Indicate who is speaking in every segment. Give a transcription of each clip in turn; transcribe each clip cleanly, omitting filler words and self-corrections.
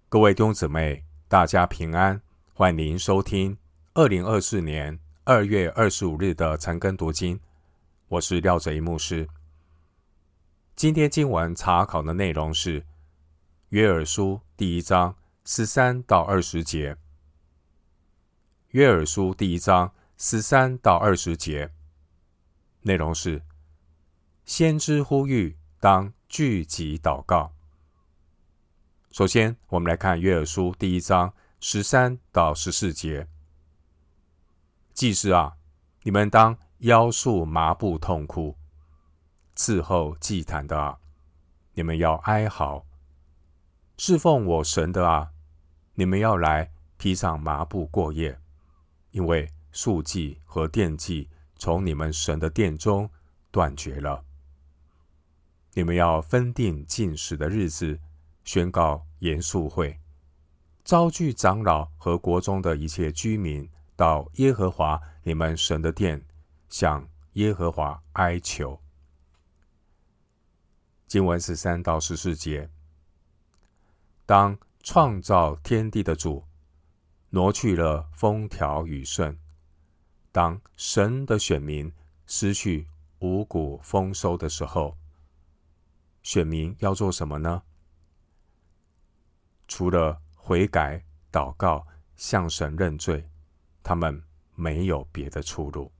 Speaker 1: 各位弟兄姊妹，大家平安，欢迎您收听2024年2月25日的晨更读经。我是廖哲一牧师。今天经文查考的内容是约珥书第1章13到20节。约珥书第1章13到20节，内容是先知呼吁当聚集祷告。首先，我们来看约珥书第1章13到14节。祭司啊，你们当腰束麻布痛哭；伺候祭坛的啊，你们要哀嚎；侍奉我神的啊，你们要来披上麻布过夜，因为素祭和奠祭从你们神的殿中断绝了。你们要分定禁食的日子，宣告严肃会，召聚长老和国中的一切居民，到耶和华你们神的殿，向耶和华哀求。经文13到14节，当创造天地的主挪去了风调雨顺，当神的选民失去五谷丰收的时候，选民要做什么呢？除了悔改、祷告、向神认罪，他们没有别的出路。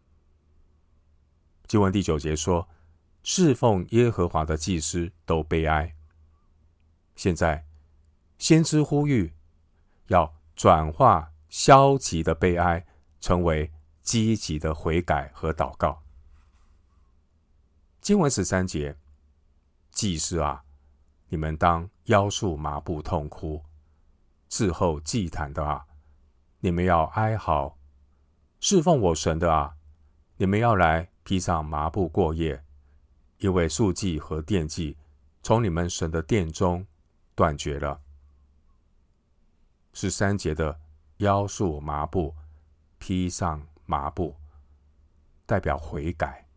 Speaker 1: 经文第9节说，侍奉耶和华的祭司都悲哀。现在，先知呼吁要转化消极的悲哀，成为积极的悔改和祷告。经文13节，祭司啊，你们当腰束麻布痛哭；伺候祭坛的啊，你们要哀嚎；侍奉我神的啊，你们要来披上麻布过夜，因为素祭和奠祭从你们神的殿中断绝了。13节的腰束麻布、披上麻布，代表悔改。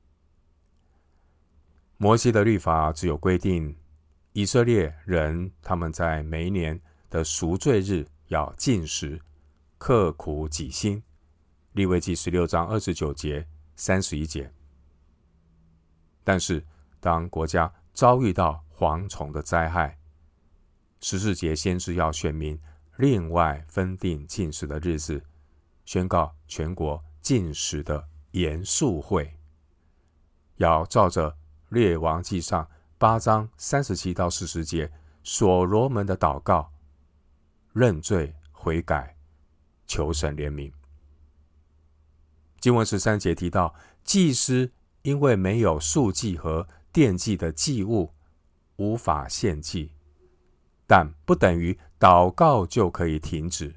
Speaker 1: 摩西的律法只有规定以色列人他们在每一年的赎罪日要禁食，刻苦己心，利未记16章29节、31节。但是当国家遭遇到蝗虫的灾害，14节先知要选民另外分定禁食的日子，宣告全国禁食的严肃会，要照着列王记上8章37到40节所罗门的祷告，认罪悔改，求神怜悯。经文13节提到，祭司因为没有素祭和奠祭的祭物，无法献祭，但不等于祷告就可以停止。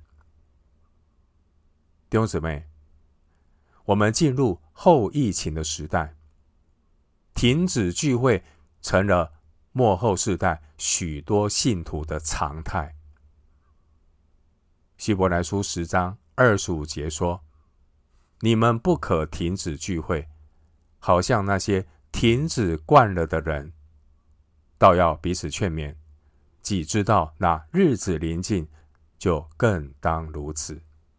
Speaker 1: 弟兄姊妹，我们进入后疫情的时代，停止聚会成了末后世代许多信徒的常态。希伯来书10章25节说，你们不可停止聚会，好像那些停止惯了的人，倒要彼此劝勉，既知道那日子临近，就更当如此。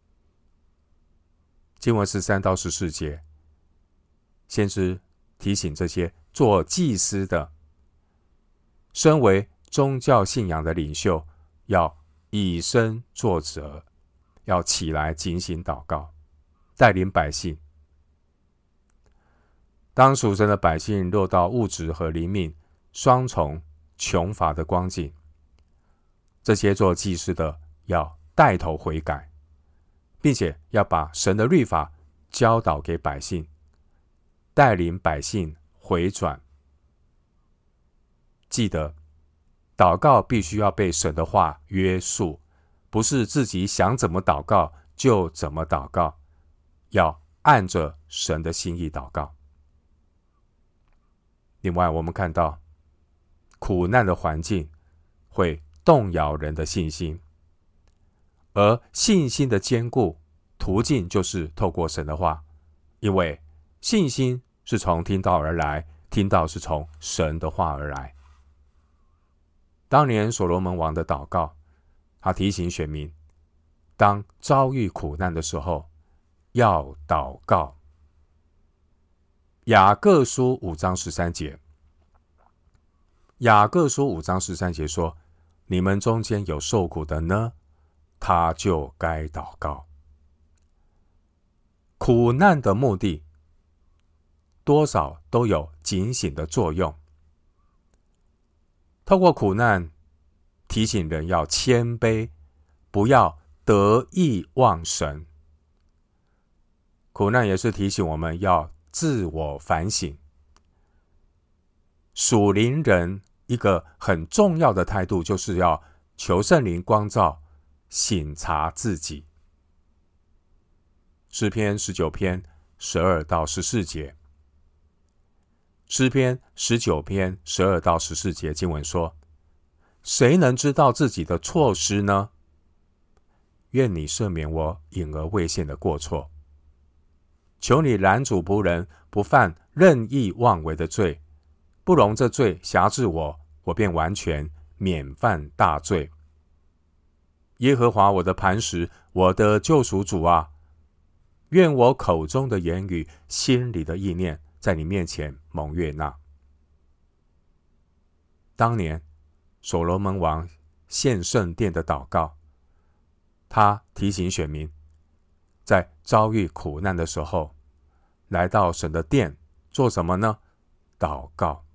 Speaker 1: 经文13到14节，先知提醒这些做祭司的，身为宗教信仰的领袖，要以身作则，要起来警醒祷告，带领百姓。当属神的百姓落到物质和灵命双重穷乏的光景，这些做祭司的要带头悔改，并且要把神的律法教导给百姓，带领百姓回转。记得，祷告必须要被神的话约束，不是自己想怎么祷告就怎么祷告，要按着神的心意祷告。另外，我们看到苦难的环境会动摇人的信心，而信心的坚固途径就是透过神的话，因为信心是从听道而来，听道是从神的话而来。当年所罗门王的祷告他提醒选民，当遭遇苦难的时候，要祷告。雅各书5章13节，雅各书5章13节说：你们中间有受苦的呢，他就该祷告。苦难的目的多少都有警醒的作用，透过苦难提醒人要谦卑，不要得意忘神。苦难也是提醒我们要自我反省。属灵人一个很重要的态度，就是要求圣灵光照，省察自己。诗篇19篇12到14节，诗篇19篇12到14节经文说：谁能知道自己的错失呢？愿你赦免我隐而未现的过错。求你拦阻仆人不犯任意妄为的罪，不容这罪辖制我，我便完全免犯大罪。耶和华我的磐石，我的救赎主啊，愿我口中的言语，心里的意念，在你面前蒙悦纳。当年所罗门王献圣殿的祷告，他提醒选民，在遭遇苦难的时候，来到神的殿做什么呢？祷告。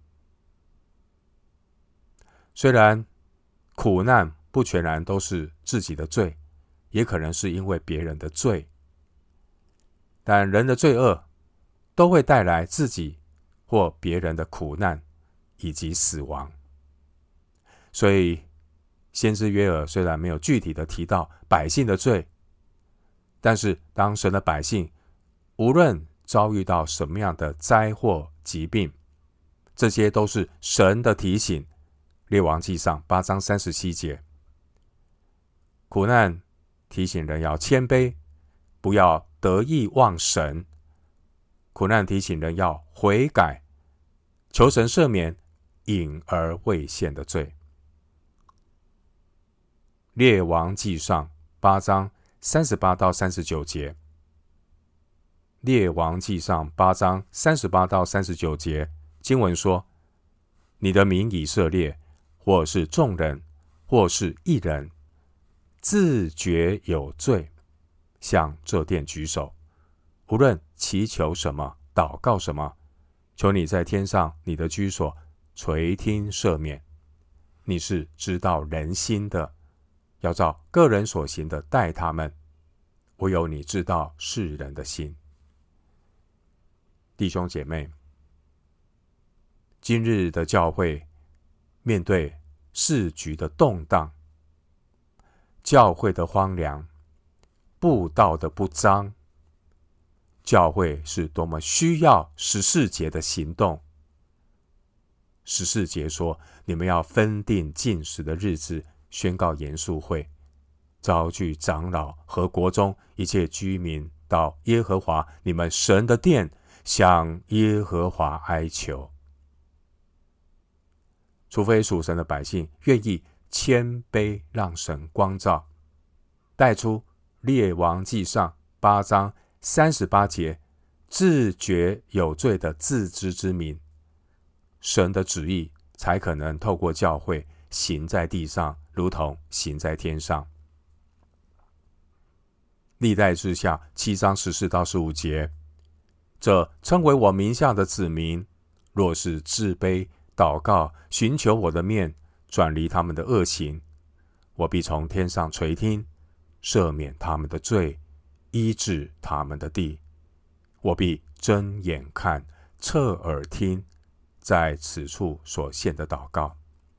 Speaker 1: 虽然苦难不全然都是自己的罪，也可能是因为别人的罪，但人的罪恶都会带来自己或别人的苦难以及死亡。所以先知约珥虽然没有具体的提到百姓的罪，但是当神的百姓无论遭遇到什么样的灾祸疾病，这些都是神的提醒。列王纪上8章37节，苦难提醒人要谦卑，不要得意忘神。苦难提醒人要悔改，求神赦免隐而未现的罪。列王纪上8章38到39节，列王纪上8章38到39节，经文说：你的民以色列，或是众人，或是一人，自觉有罪，向这殿举手，无论祈求什么，祷告什么，求你在天上你的居所垂听赦免。你是知道人心的，要照个人所行的待他们，唯有你知道世人的心。弟兄姐妹，今日的教会面对世局的动荡，教会的荒凉，布道的不彰，教会是多么需要14节的行动。14节说，你们要分定禁食的日子，宣告严肃会，召聚长老和国中一切居民到耶和华你们神的殿，向耶和华哀求。除非属神的百姓愿意谦卑，让神光照，带出列王纪上8章38节自觉有罪的自知之民，神的旨意才可能透过教会行在地上，如同行在天上。历代志下7章14到15节，这称为我名下的子民，若是自卑祷告，寻求我的面，转离他们的恶行，我必从天上垂听，赦免他们的罪，医治他们的地。我必睁眼看，侧耳听，在此处所献的祷告。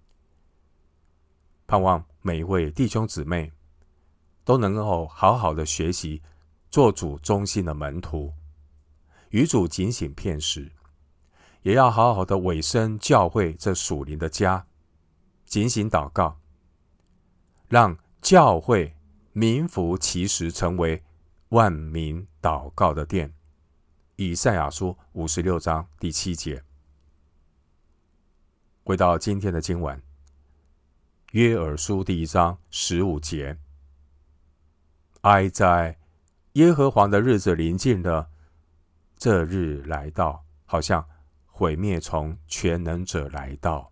Speaker 1: 盼望每一位弟兄姊妹都能够好好的学习，做主忠心的门徒，与主警醒片时，也要好好的委身教会这属灵的家，警醒祷告，让教会名副其实成为万民祷告的殿。以赛亚书56章第7节。回到今天的经文， 约珥书第1章15节。哀哉！耶和华的日子临近了，这日来到，好像毁灭从全能者来到。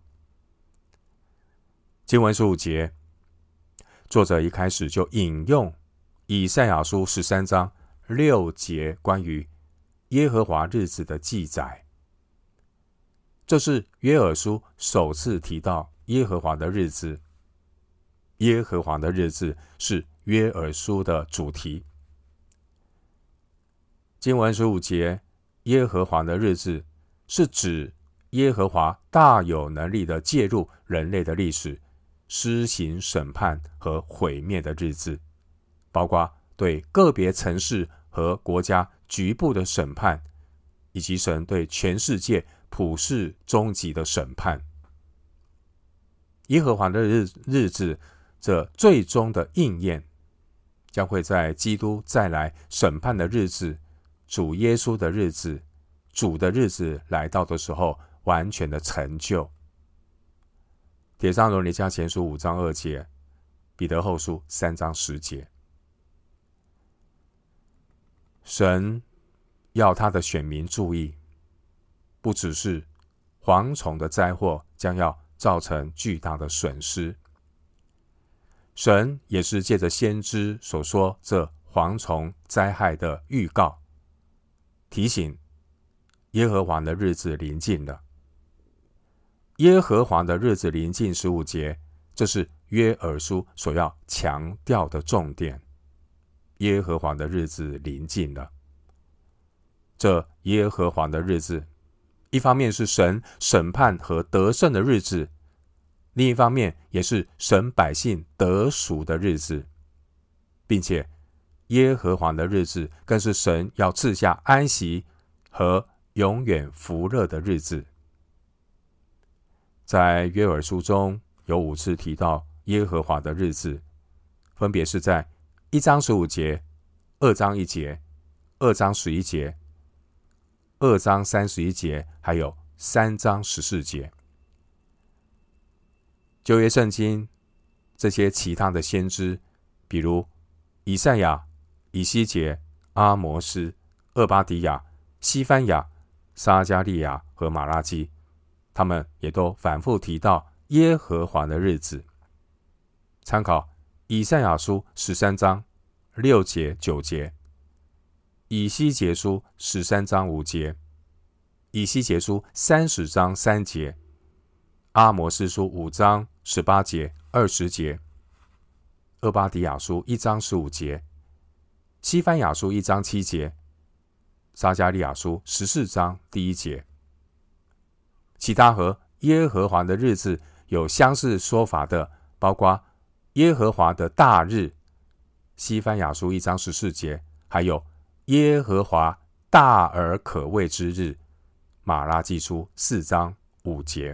Speaker 1: 经文15节，作者一开始就引用以赛亚书13章6节关于耶和华日子的记载。这是约珥书首次提到耶和华的日子。耶和华的日子是约珥书的主题。经文15节，耶和华的日子是指耶和华大有能力的介入人类的历史，施行审判和毁灭的日子，包括对个别城市和国家局部的审判，以及神对全世界普世终极的审判。耶和华的日子这最终的应验，将会在基督再来审判的日子，主耶稣的日子，主的日子来到的时候完全的成就。帖撒罗尼迦前书5章2节，彼得后书3章10节。神要他的选民注意，不只是蝗虫的灾祸将要造成巨大的损失，神也是借着先知所说这蝗虫灾害的预告，提醒耶和华的日子临近了。耶和华的日子临近15节，这是约珥书所要强调的重点。耶和华的日子临近了。这耶和华的日子，一方面是神审判和得胜的日子，另一方面也是神百姓得赎的日子，并且耶和华的日子更是神要赐下安息和永远福乐的日子。在约珥书中有5次提到耶和华的日子，分别是在1章15节、2章1节、2章11节、2章31节，还有3章14节。旧约圣经这些其他的先知，比如以赛亚、以西结、阿摩斯、厄巴迪亚、西番雅、撒迦利亚和马拉基，他们也都反复提到耶和华的日子。参考以赛亚书13章6节9节，以西结书13章5节，以西结书30章3节，阿摩斯书5章18节20节，厄巴迪亚书1章15节，西番雅书1章7节，撒迦利亚书14章1节。其他和耶和华的日子有相似说法的，包括耶和华的大日，西番雅书1章14节，还有耶和华大而可畏之日，马拉基书4章5节。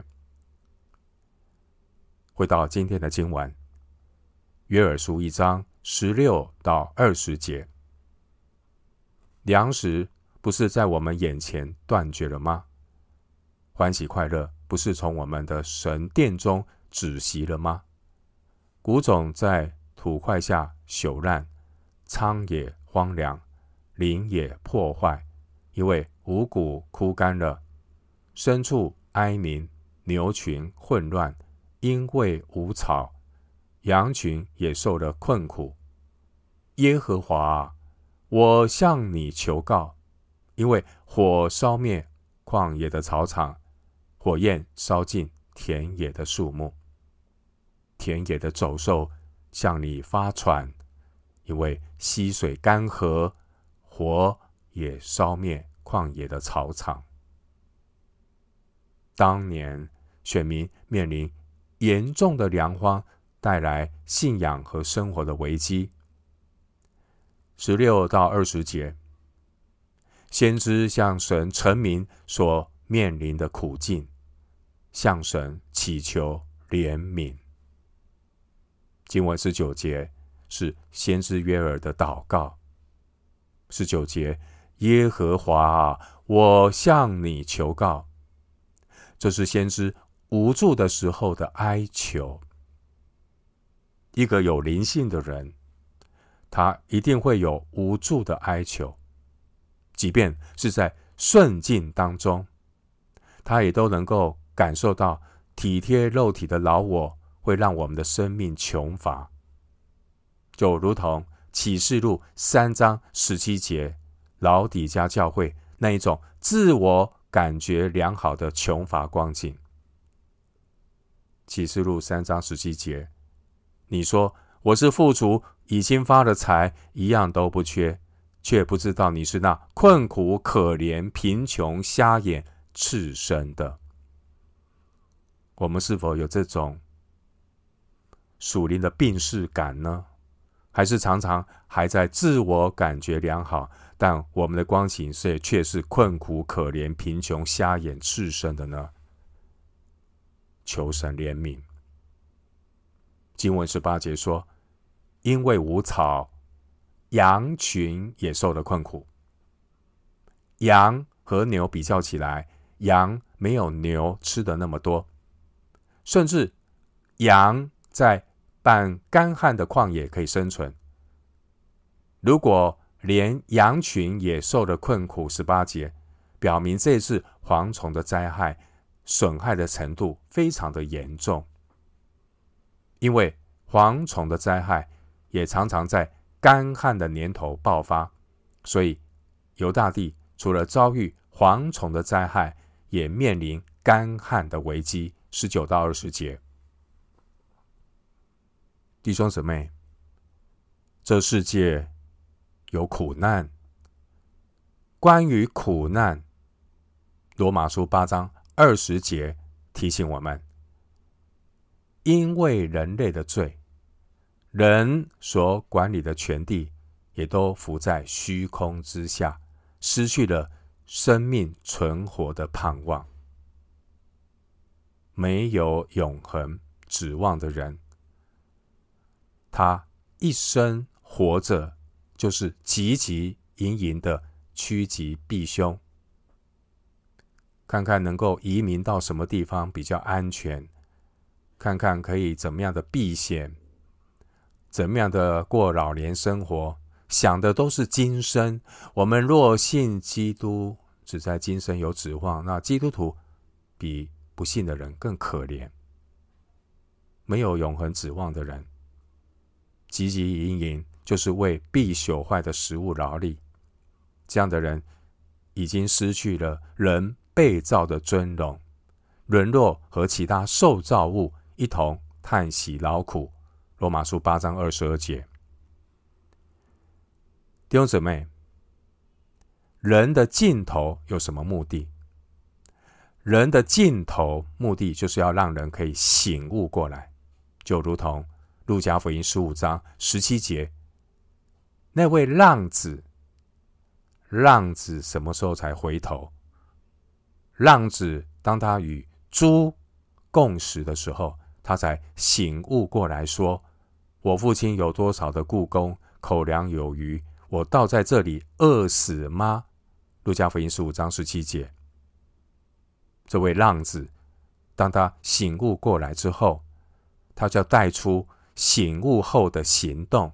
Speaker 1: 回到今天的经文，约珥书1章16到20节。粮食不是在我们眼前断绝了吗？欢喜快乐不是从我们的神殿中止息了吗？谷种在土块下朽烂，仓也荒凉，林也破坏，因为五谷枯干了，牲畜哀鸣，牛群混乱，因为无草，羊群也受了困苦。耶和华啊，我向你求告，因为火烧灭旷野的草场，火焰烧尽田野的树木，田野的走兽向你发喘，因为溪水干涸，火也烧灭旷野的草场。当年选民面临严重的粮荒，带来信仰和生活的危机。16到20节，先知向神陈明所面临的苦境，向神祈求怜悯。经文19节是先知约珥的祷告。19节，耶和华啊，我向你求告。这是先知无助的时候的哀求。 一个有灵性的人，他一定会有无助的哀求，即便是在顺境当中，他也都能够感受到体贴肉体的老我会让我们的生命穷乏，就如同启示录3章17节老底嘉教会那一种自我感觉良好的穷乏光景。启示录3章17节，你说我是富足，已经发了财，一样都不缺，却不知道你是那困苦可怜贫穷瞎眼赤身的。我们是否有这种属灵的病识感呢？还是常常还在自我感觉良好，但我们的光景却是困苦可怜贫穷瞎眼赤身的呢？求神怜悯。经文18节说，因为无草，羊群也受了困苦。羊和牛比较起来，羊没有牛吃的那么多，甚至羊在半干旱的旷野可以生存。如果连羊群也受了困苦，18节表明这次蝗虫的灾害损害的程度非常的严重。因为蝗虫的灾害也常常在干旱的年头爆发，所以犹大地除了遭遇蝗虫的灾害，也面临干旱的危机。19到20节，弟兄姊妹，这世界有苦难。关于苦难，罗马书8章20节提醒我们，因为人类的罪，人所管理的权地也都伏在虚空之下，失去了生命存活的盼望。没有永恒指望的人，他一生活着就是汲汲营营的趋吉避凶，看看能够移民到什么地方比较安全，看看可以怎么样的避险，怎么样的过老年生活，想的都是今生。我们若信基督，只在今生有指望，那基督徒比不信的人更可怜。没有永恒指望的人，汲汲营营就是为必朽坏的食物劳力。这样的人已经失去了人被造的尊荣，沦落和其他受造物一同叹息劳苦。罗马书8章22节。弟兄姊妹，人的尽头有什么目的？人的尽头目的就是要让人可以醒悟过来，就如同路加福音15章17节，那位浪子什么时候才回头？浪子当他与猪共食的时候，他才醒悟过来说，我父亲有多少的雇工，口粮有余，我倒在这里饿死吗？路加福音15章17节。这位浪子当他醒悟过来之后，他就带出醒悟后的行动。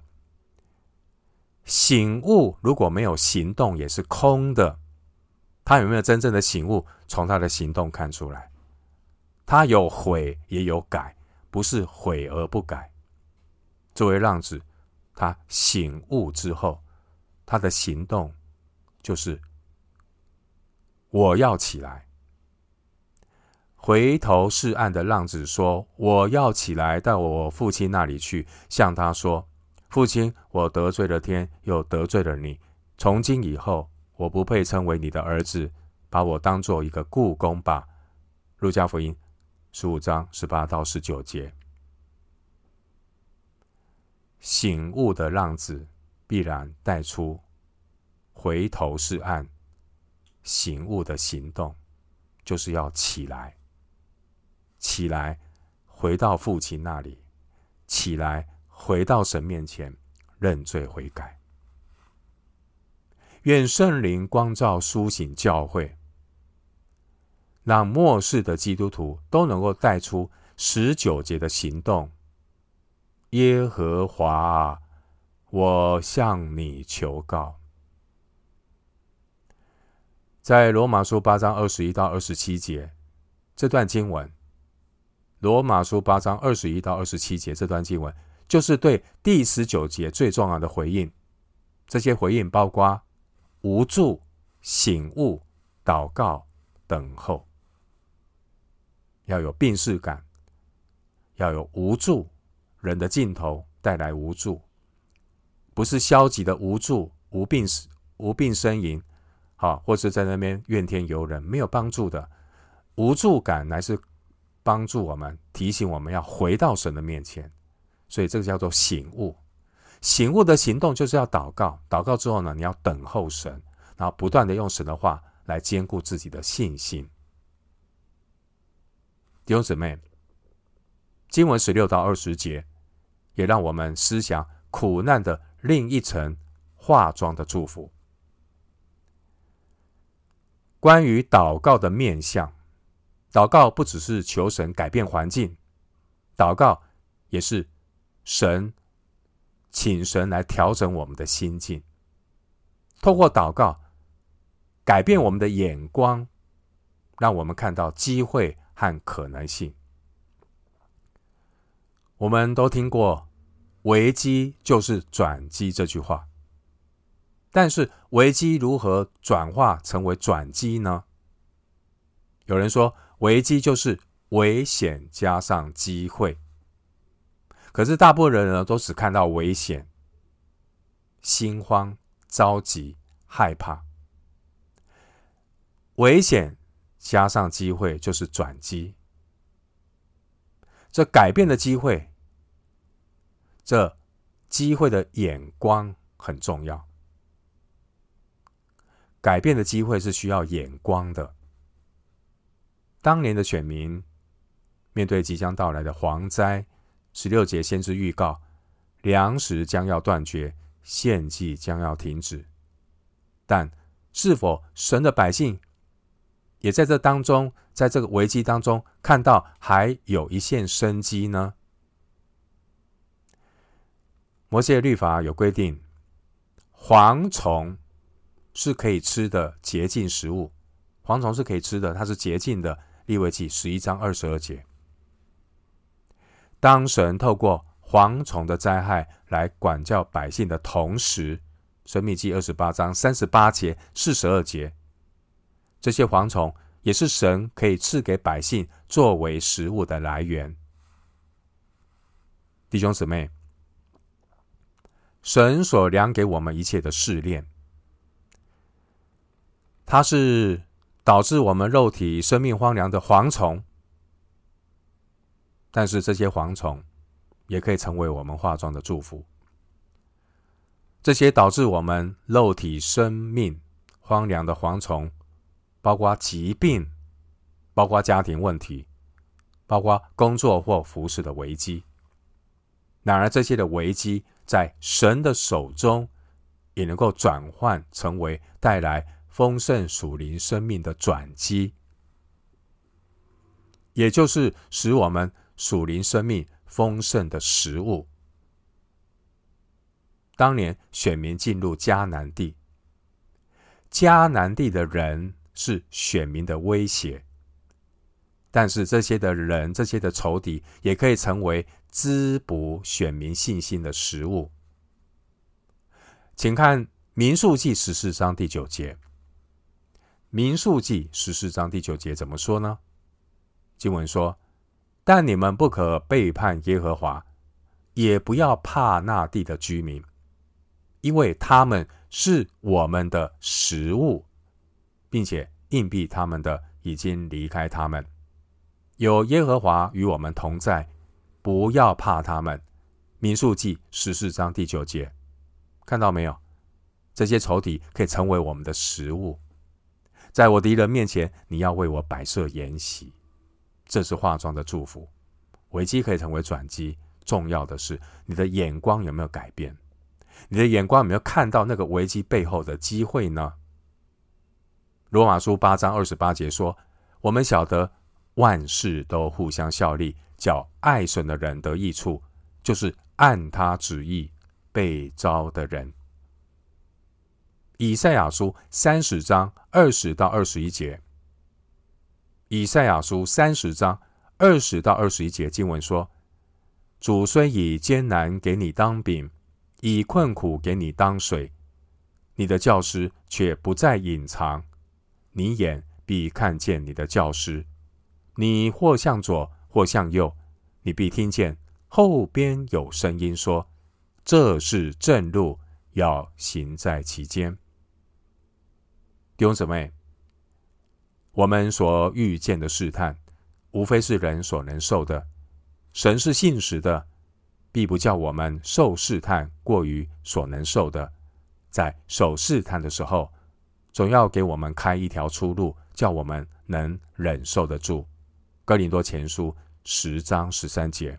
Speaker 1: 醒悟如果没有行动也是空的。他有没有真正的醒悟？从他的行动看出来。他有悔也有改，不是悔而不改。这位浪子他醒悟之后，他的行动就是我要起来。回头是岸的浪子说，我要起来到我父亲那里去，向他说，父亲，我得罪了天，又得罪了你，从今以后我不配称为你的儿子，把我当作一个雇工吧。路加福音15章18到19节。醒悟的浪子必然带出回头是岸，醒悟的行动就是要起来，起来回到父亲那里，起来回到神面前认罪悔改。愿圣灵光照苏醒教会，让末世的基督徒都能够带出19节的行动， 耶和华啊，我向你求告。在罗马书8章21到27节这段经文，罗马书8章21到27节这段经文，就是对第19节最重要的回应。这些回应包括无助、醒悟、祷告、等候。要有病识感，要有无助，人的尽头带来无助，不是消极的无助、无病呻吟，或是在那边怨天尤人，没有帮助的。无助感乃是帮助我们，提醒我们要回到神的面前，所以这个叫做醒悟。醒悟的行动就是要祷告，祷告之后呢，你要等候神，然后不断的用神的话来坚固自己的信心。弟兄姊妹，经文16到20节也让我们思想苦难的另一层化妆的祝福。关于祷告的面向，祷告不只是求神改变环境，祷告也是请神来调整我们的心境，透过祷告改变我们的眼光，让我们看到机会和可能性。我们都听过危机就是转机这句话，但是危机如何转化成为转机呢？有人说危机就是危险加上机会，可是大部分人呢都只看到危险，心慌、着急、害怕。危险加上机会就是转机，这改变的机会，这机会的眼光很重要。改变的机会是需要眼光的。当年的选民面对即将到来的蝗灾，16节先知预告，粮食将要断绝，献祭将要停止。但是否神的百姓也在这当中，在这个危机当中看到还有一线生机呢？摩西的律法有规定，蝗虫是可以吃的洁净食物，蝗虫是可以吃的，它是洁净的。利未记11章22节。当神透过蝗虫的灾害来管教百姓的同时，申命记28章38节、42节，这些蝗虫也是神可以赐给百姓作为食物的来源。弟兄姊妹，神所量给我们一切的试炼，它是导致我们肉体生命荒凉的蝗虫，但是这些蝗虫也可以成为我们化妆的祝福。这些导致我们肉体生命荒凉的蝗虫，包括疾病，包括家庭问题，包括工作或服事的危机。然而这些的危机在神的手中也能够转换成为带来丰盛属灵生命的转机，也就是使我们属灵生命丰盛的食物。当年选民进入迦南地，迦南地的人是选民的威胁，但是这些的人，这些的仇敌也可以成为滋补选民信心的食物。请看民数记14章第9节。民数记14章第9节怎么说呢？经文说，但你们不可背叛耶和华，也不要怕那地的居民，因为他们是我们的食物，并且硬币他们的已经离开他们。有耶和华与我们同在，不要怕他们。民数记14章第9节，看到没有？这些仇敌可以成为我们的食物。在我敌人面前，你要为我摆设筵席，这是化妆的祝福。危机可以成为转机，重要的是你的眼光有没有改变？你的眼光有没有看到那个危机背后的机会呢？罗马书8章28节说，我们晓得万事都互相效力，叫爱神的人得益处，就是按他旨意被召的人。以赛亚书30章20到21节，以赛亚书30章20到21节经文说：主虽以艰难给你当饼，以困苦给你当水，你的教师却不再隐藏，你眼必看见你的教师。你或向左，或向右，你必听见后边有声音说：这是正路，要行在其间。弟兄姊妹，我们所遇见的试探，无非是人所能受的。神是信实的，必不叫我们受试探过于所能受的。在受试探的时候，总要给我们开一条出路，叫我们能忍受得住。哥林多前书10章13节。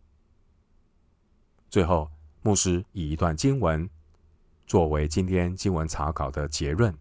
Speaker 1: 最后，牧师以一段经文作为今天经文查考的结论。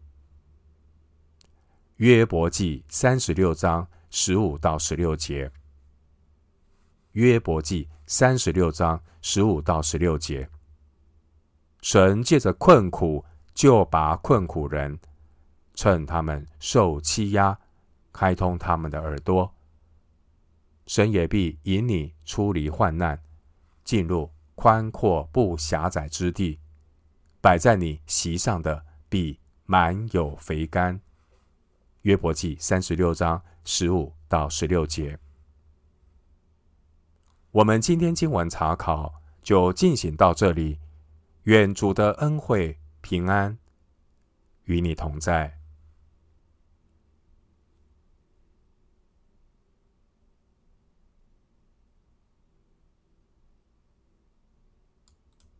Speaker 1: 约伯记36章15到16节。约伯记36章15到16节。神借着困苦救拔困苦人，趁他们受欺压，开通他们的耳朵。神也必引你出离患难，进入宽阔不狭窄之地，摆在你席上的必满有肥甘。约伯记36章15到16节。我们今天经文查考就进行到这里，愿主的恩惠平安与你同在。